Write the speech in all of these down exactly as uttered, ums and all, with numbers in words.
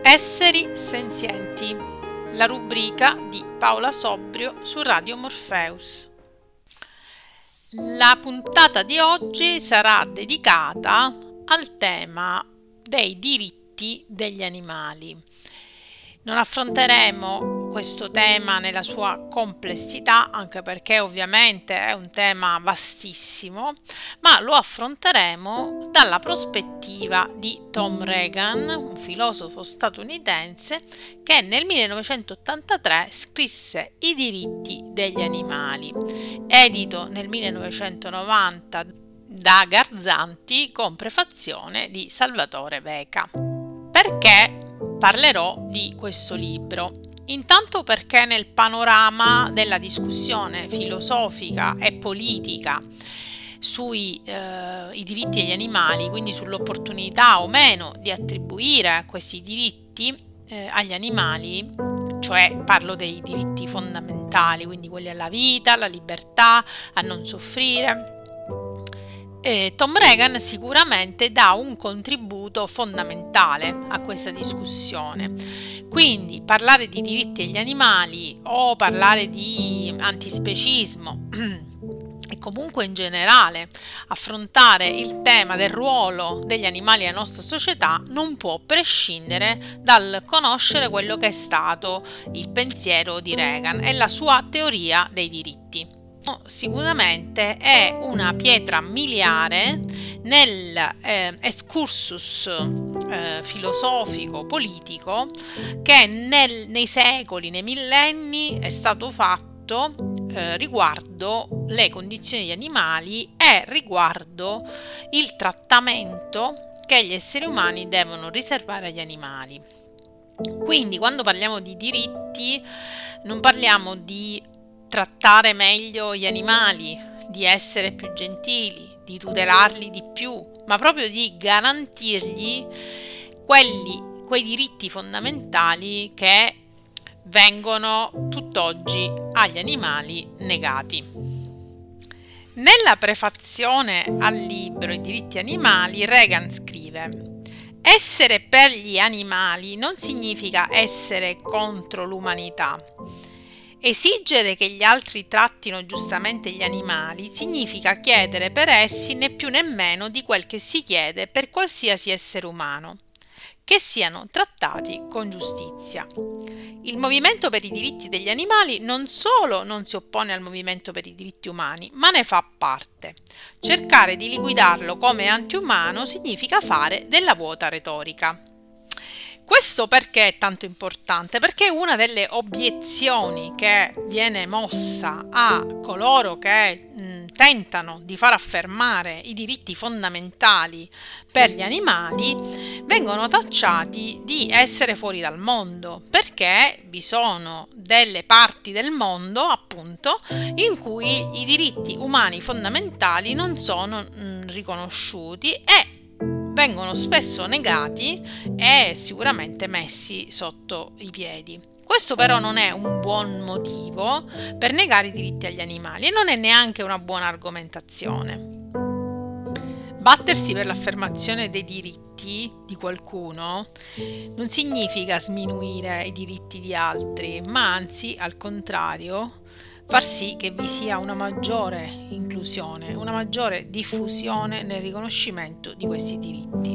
Esseri senzienti, la rubrica di Paola Sobrio su Radio Morpheus. La puntata di oggi sarà dedicata al tema dei diritti degli animali. Non affronteremo questo tema nella sua complessità, anche perché ovviamente è un tema vastissimo, ma lo affronteremo dalla prospettiva di Tom Regan, un filosofo statunitense che nel millenovecentottantatré scrisse I diritti degli animali, edito nel millenovecentonovanta da Garzanti con prefazione di Salvatore Veca. Perché parlerò di questo libro? Intanto perché nel panorama della discussione filosofica e politica sui eh, i diritti degli animali, quindi sull'opportunità o meno di attribuire questi diritti eh, agli animali, cioè parlo dei diritti fondamentali, quindi quelli alla vita, alla libertà, a non soffrire, Eh, Tom Regan sicuramente dà un contributo fondamentale a questa discussione. Quindi parlare di diritti degli animali o parlare di antispecismo e comunque in generale affrontare il tema del ruolo degli animali nella nostra società non può prescindere dal conoscere quello che è stato il pensiero di Regan e la sua teoria dei diritti. Sicuramente è una pietra miliare nel eh, excursus eh, filosofico politico che nel, nei secoli, nei millenni è stato fatto eh, riguardo le condizioni degli animali e riguardo il trattamento che gli esseri umani devono riservare agli animali. Quindi quando parliamo di diritti non parliamo di trattare meglio gli animali, di essere più gentili, di tutelarli di più, ma proprio di garantirgli quelli, quei diritti fondamentali che vengono tutt'oggi agli animali negati. Nella prefazione al libro I diritti animali, Regan scrive: essere per gli animali non significa essere contro l'umanità. Esigere che gli altri trattino giustamente gli animali significa chiedere per essi né più né meno di quel che si chiede per qualsiasi essere umano, che siano trattati con giustizia. Il movimento per i diritti degli animali non solo non si oppone al movimento per i diritti umani, ma ne fa parte. Cercare di liquidarlo come antiumano significa fare della vuota retorica. Questo perché è tanto importante? Perché una delle obiezioni che viene mossa a coloro che mh, tentano di far affermare i diritti fondamentali per gli animali vengono tacciati di essere fuori dal mondo, perché vi sono delle parti del mondo, appunto, in cui i diritti umani fondamentali non sono mh, riconosciuti e vengono spesso negati e sicuramente messi sotto i piedi. Questo però non è un buon motivo per negare i diritti agli animali e non è neanche una buona argomentazione. Battersi per l'affermazione dei diritti di qualcuno non significa sminuire i diritti di altri, ma anzi, al contrario, far sì che vi sia una maggiore inclusione, una maggiore diffusione nel riconoscimento di questi diritti.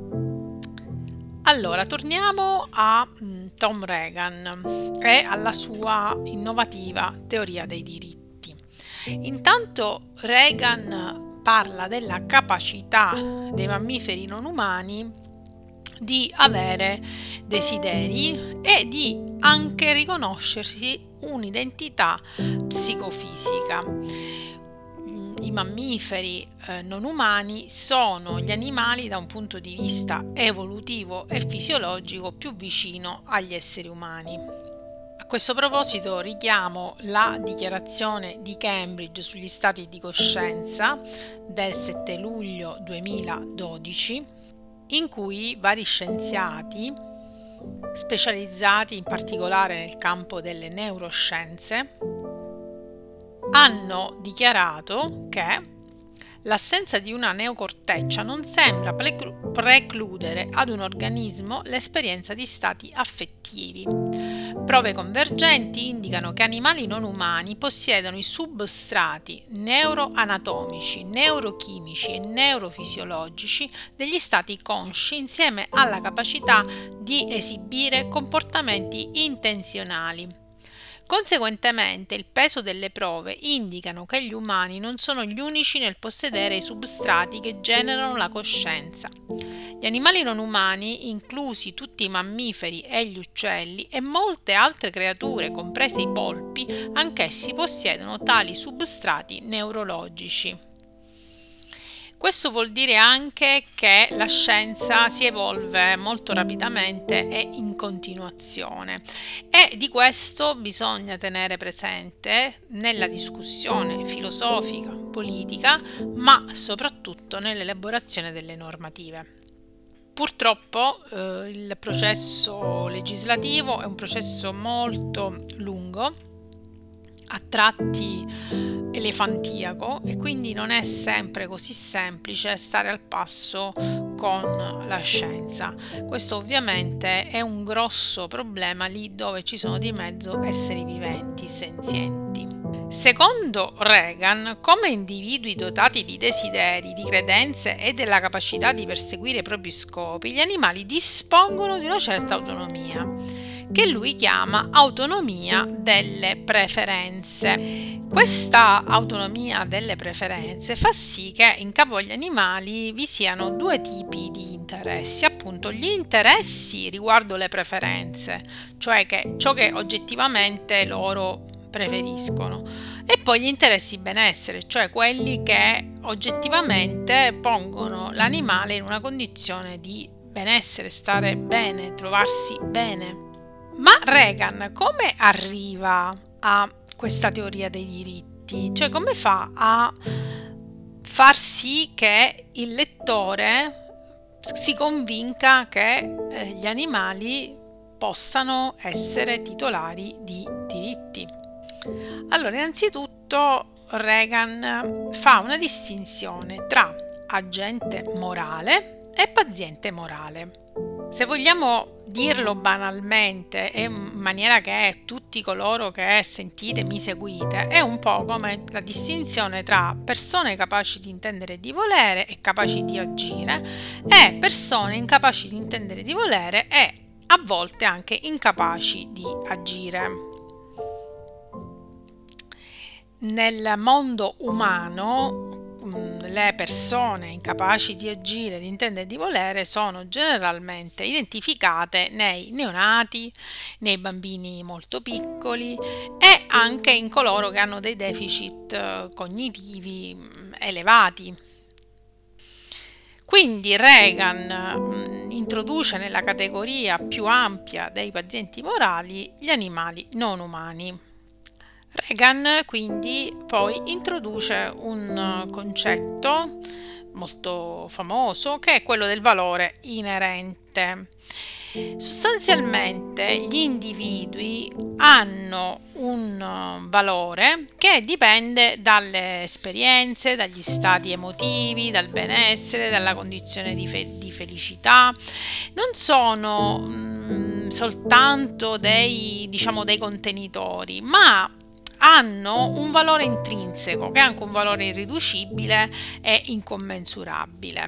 Allora, torniamo a Tom Regan e alla sua innovativa teoria dei diritti. Intanto Regan parla della capacità dei mammiferi non umani di avere desideri e di anche riconoscersi un'identità psicofisica. I mammiferi eh, non umani sono gli animali da un punto di vista evolutivo e fisiologico più vicino agli esseri umani. A questo proposito richiamo la dichiarazione di Cambridge sugli stati di coscienza del sette luglio duemiladodici, in cui vari scienziati specializzati in particolare nel campo delle neuroscienze hanno dichiarato che l'assenza di una neocort- corteccia non sembra precludere ad un organismo l'esperienza di stati affettivi. Prove convergenti indicano che animali non umani possiedono i substrati neuroanatomici, neurochimici e neurofisiologici degli stati consci insieme alla capacità di esibire comportamenti intenzionali. Conseguentemente, il peso delle prove indicano che gli umani non sono gli unici nel possedere i substrati che generano la coscienza. Gli animali non umani, inclusi tutti i mammiferi e gli uccelli e molte altre creature, comprese i polpi, anch'essi possiedono tali substrati neurologici. Questo vuol dire anche che la scienza si evolve molto rapidamente e in continuazione e di questo bisogna tenere presente nella discussione filosofica, politica, ma soprattutto nell'elaborazione delle normative. Purtroppo eh, il processo legislativo è un processo molto lungo, a tratti elefantiaco, e quindi non è sempre così semplice stare al passo con la scienza. Questo ovviamente è un grosso problema lì dove ci sono di mezzo esseri viventi, senzienti. Secondo Regan, come individui dotati di desideri, di credenze e della capacità di perseguire i propri scopi, gli animali dispongono di una certa autonomia, che lui chiama autonomia delle preferenze. Questa autonomia delle preferenze fa sì che in capo agli animali vi siano due tipi di interessi, appunto gli interessi riguardo le preferenze, cioè che ciò che oggettivamente loro preferiscono, e poi gli interessi benessere, cioè quelli che oggettivamente pongono l'animale in una condizione di benessere, stare bene, trovarsi bene. Ma Regan come arriva a questa teoria dei diritti? Cioè come fa a far sì che il lettore si convinca che eh, gli animali possano essere titolari di diritti? Allora, innanzitutto Regan fa una distinzione tra agente morale e paziente morale. Se vogliamo dirlo banalmente e in maniera che tutti coloro che sentite mi seguite, è un po' come la distinzione tra persone capaci di intendere e di volere e capaci di agire e persone incapaci di intendere e di volere e a volte anche incapaci di agire. Nel mondo umano le persone incapaci di agire, di intendere e di volere sono generalmente identificate nei neonati, nei bambini molto piccoli e anche in coloro che hanno dei deficit cognitivi elevati. Quindi Regan introduce nella categoria più ampia dei pazienti morali gli animali non umani. Regan quindi poi introduce un concetto molto famoso che è quello del valore inerente. Sostanzialmente gli individui hanno un valore che dipende dalle esperienze, dagli stati emotivi, dal benessere, dalla condizione di, fe- di felicità. Non sono mh, soltanto dei, diciamo, dei contenitori, ma hanno un valore intrinseco che è anche un valore irriducibile e incommensurabile.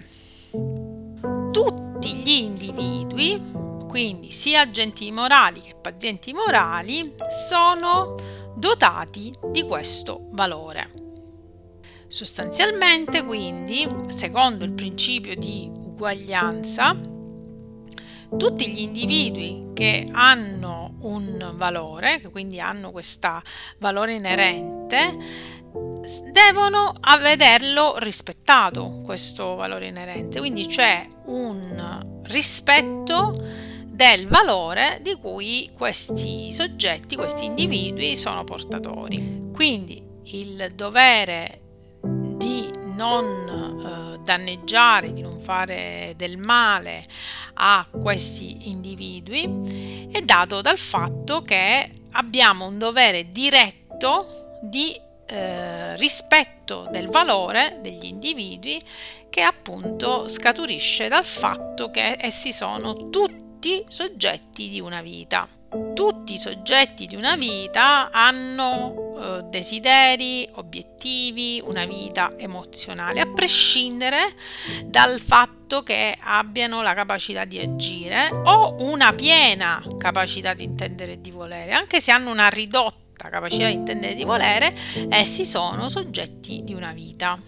Tutti gli individui, quindi sia agenti morali che pazienti morali, sono dotati di questo valore. Sostanzialmente, quindi, secondo il principio di uguaglianza, tutti gli individui che hanno un valore, che quindi hanno questo valore inerente, devono vederlo rispettato, questo valore inerente, quindi c'è un rispetto del valore di cui questi soggetti, questi individui sono portatori. Quindi il dovere di non eh, danneggiare, di non fare del male a questi individui è dato dal fatto che abbiamo un dovere diretto di eh, rispetto del valore degli individui, che appunto scaturisce dal fatto che essi sono tutti soggetti di una vita. Tutti i soggetti di una vita hanno eh, desideri, obiettivi, una vita emozionale, a prescindere dal fatto che abbiano la capacità di agire o una piena capacità di intendere e di volere. Anche se hanno una ridotta capacità di intendere e di volere, essi sono soggetti di una vita.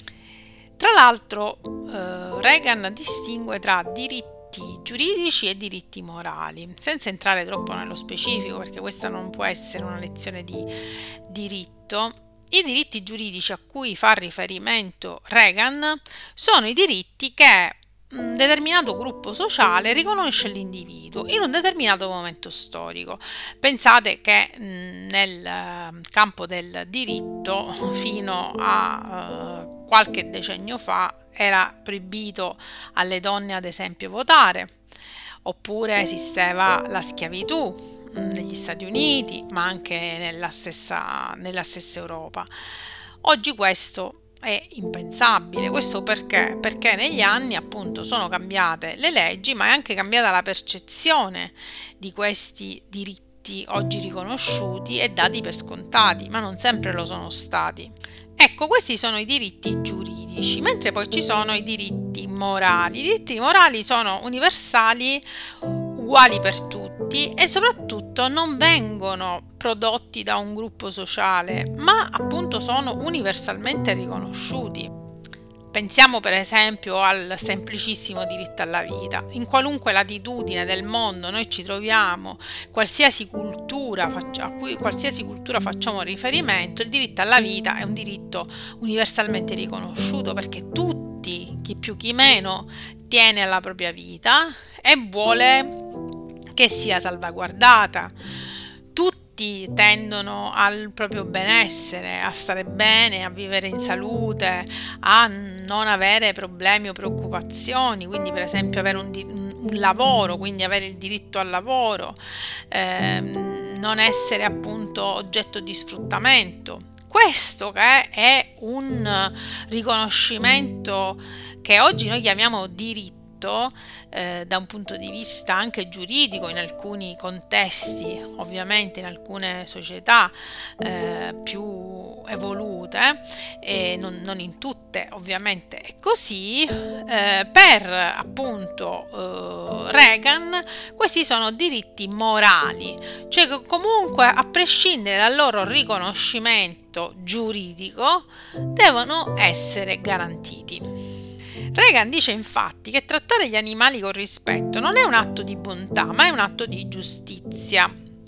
Tra l'altro, eh, Reagan distingue tra diritti giuridici e diritti morali, senza entrare troppo nello specifico, perché questa non può essere una lezione di diritto. I diritti giuridici a cui fa riferimento Reagan sono i diritti che un determinato gruppo sociale riconosce l'individuo in un determinato momento storico. Pensate che nel campo del diritto fino a uh, qualche decennio fa era proibito alle donne, ad esempio, votare, oppure esisteva la schiavitù negli Stati Uniti, ma anche nella stessa, nella stessa Europa. Oggi questo è impensabile. Questo perché? Perché negli anni appunto sono cambiate le leggi, ma è anche cambiata la percezione di questi diritti oggi riconosciuti e dati per scontati, ma non sempre lo sono stati. Ecco, questi sono i diritti giuridici, mentre poi ci sono i diritti morali. I diritti morali sono universali, uguali per tutti e soprattutto non vengono prodotti da un gruppo sociale, ma appunto sono universalmente riconosciuti. Pensiamo per esempio al semplicissimo diritto alla vita. In qualunque latitudine del mondo noi ci troviamo, qualsiasi cultura a cui qualsiasi cultura facciamo riferimento, il diritto alla vita è un diritto universalmente riconosciuto, perché tutti, chi più chi meno, tiene alla propria vita e vuole che sia salvaguardata. Tutti tendono al proprio benessere, a stare bene, a vivere in salute, a non avere problemi o preoccupazioni, quindi per esempio avere un, un lavoro, quindi avere il diritto al lavoro, ehm, non essere appunto oggetto di sfruttamento. Questo che è un riconoscimento che oggi noi chiamiamo diritto, Eh, da un punto di vista anche giuridico in alcuni contesti, ovviamente in alcune società eh, più evolute, e non, non in tutte ovviamente è così, eh, per appunto eh, Reagan questi sono diritti morali, cioè che comunque a prescindere dal loro riconoscimento giuridico devono essere garantiti. Reagan dice infatti che trattare gli animali con rispetto non è un atto di bontà, ma è un atto di giustizia.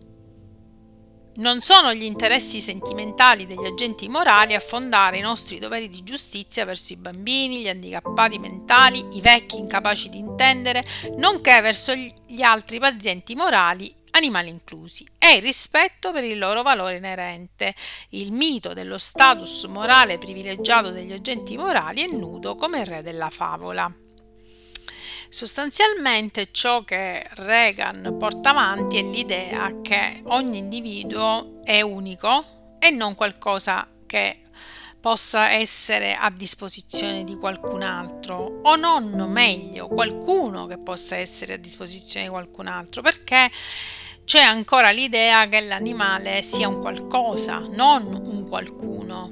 Non sono gli interessi sentimentali degli agenti morali a fondare i nostri doveri di giustizia verso i bambini, gli handicappati mentali, i vecchi incapaci di intendere, nonché verso gli altri pazienti morali, animali inclusi. È il rispetto per il loro valore inerente. Il mito dello status morale privilegiato degli agenti morali è nudo come il re della favola. Sostanzialmente ciò che Reagan porta avanti è l'idea che ogni individuo è unico e non qualcosa che possa essere a disposizione di qualcun altro, o non meglio, qualcuno che possa essere a disposizione di qualcun altro, perché c'è ancora l'idea che l'animale sia un qualcosa, non un qualcuno.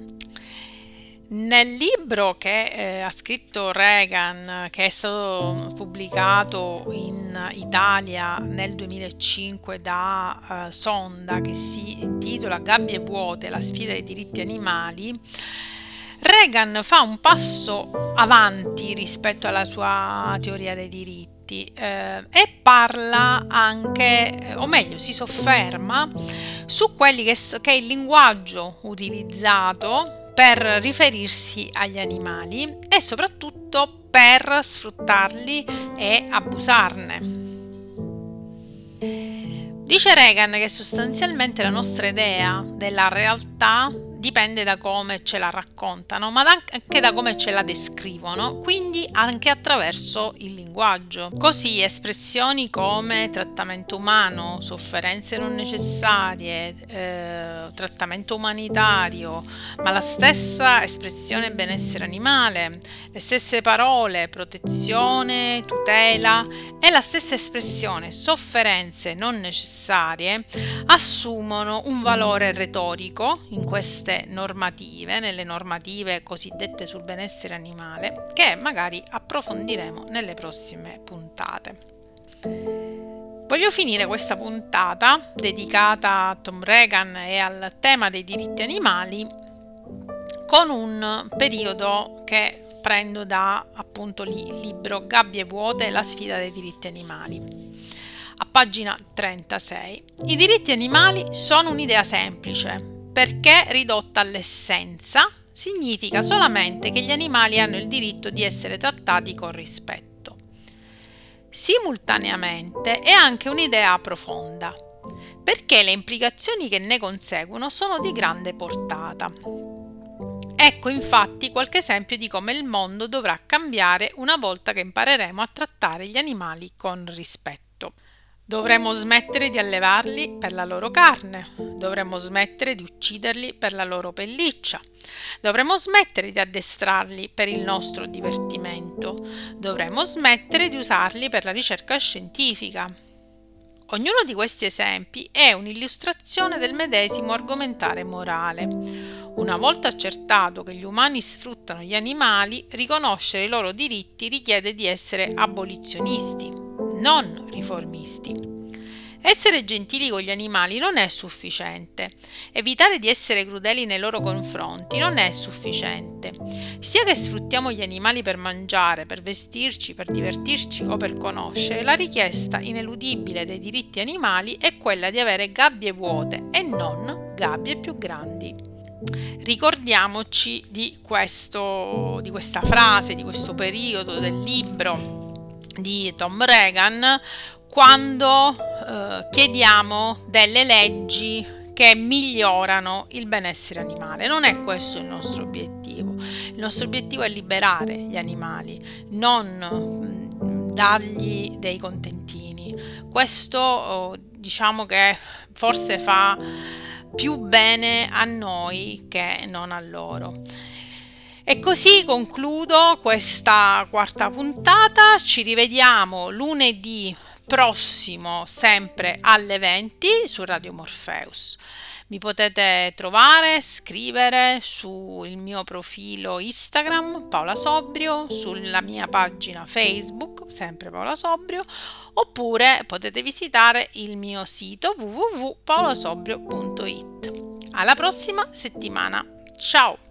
Nel libro che eh, ha scritto Reagan, che è stato pubblicato in Italia nel duemilacinque da uh, Sonda, che si intitola Gabbie vuote, la sfida dei diritti animali, Reagan fa un passo avanti rispetto alla sua teoria dei diritti eh, e parla anche, o meglio si sofferma su quelli che, che è il linguaggio utilizzato per riferirsi agli animali e soprattutto per sfruttarli e abusarne. Dice Reagan che sostanzialmente la nostra idea della realtà dipende da come ce la raccontano, ma anche da come ce la descrivono, quindi anche attraverso il linguaggio. Così espressioni come trattamento umano, sofferenze non necessarie, eh, trattamento umanitario, ma la stessa espressione benessere animale, le stesse parole protezione, tutela e la stessa espressione sofferenze non necessarie assumono un valore retorico in queste normative, nelle normative cosiddette sul benessere animale, che magari approfondiremo nelle prossime puntate. Voglio finire questa puntata dedicata a Tom Regan e al tema dei diritti animali con un periodo che prendo da appunto il libro Gabbie vuote, la sfida dei diritti animali. A pagina trentasei. I diritti animali sono un'idea semplice, perché ridotta all'essenza significa solamente che gli animali hanno il diritto di essere trattati con rispetto. Simultaneamente è anche un'idea profonda, perché le implicazioni che ne conseguono sono di grande portata. Ecco infatti qualche esempio di come il mondo dovrà cambiare una volta che impareremo a trattare gli animali con rispetto. Dovremo smettere di allevarli per la loro carne, dovremo smettere di ucciderli per la loro pelliccia, dovremo smettere di addestrarli per il nostro divertimento, dovremo smettere di usarli per la ricerca scientifica. Ognuno di questi esempi è un'illustrazione del medesimo argomentare morale. Una volta accertato che gli umani sfruttano gli animali, riconoscere i loro diritti richiede di essere abolizionisti, non riformisti. Essere gentili con gli animali non è sufficiente. Evitare di essere crudeli nei loro confronti non è sufficiente. Sia che sfruttiamo gli animali per mangiare, per vestirci, per divertirci o per conoscere, la richiesta ineludibile dei diritti animali è quella di avere gabbie vuote e non gabbie più grandi. Ricordiamoci di, questo, di questa frase, di questo periodo del libro di Tom Regan, quando eh, chiediamo delle leggi che migliorano il benessere animale. Non è questo il nostro obiettivo. Il nostro obiettivo è liberare gli animali, non mh, dargli dei contentini. Questo eh, diciamo che forse fa più bene a noi che non a loro. E così concludo questa quarta puntata. Ci rivediamo lunedì prossimo, sempre alle venti su Radio Morpheus. Mi potete trovare, scrivere sul mio profilo Instagram Paola Sobrio, sulla mia pagina Facebook sempre Paola Sobrio, oppure potete visitare il mio sito w w w punto paolasobrio punto it. Alla prossima settimana, ciao!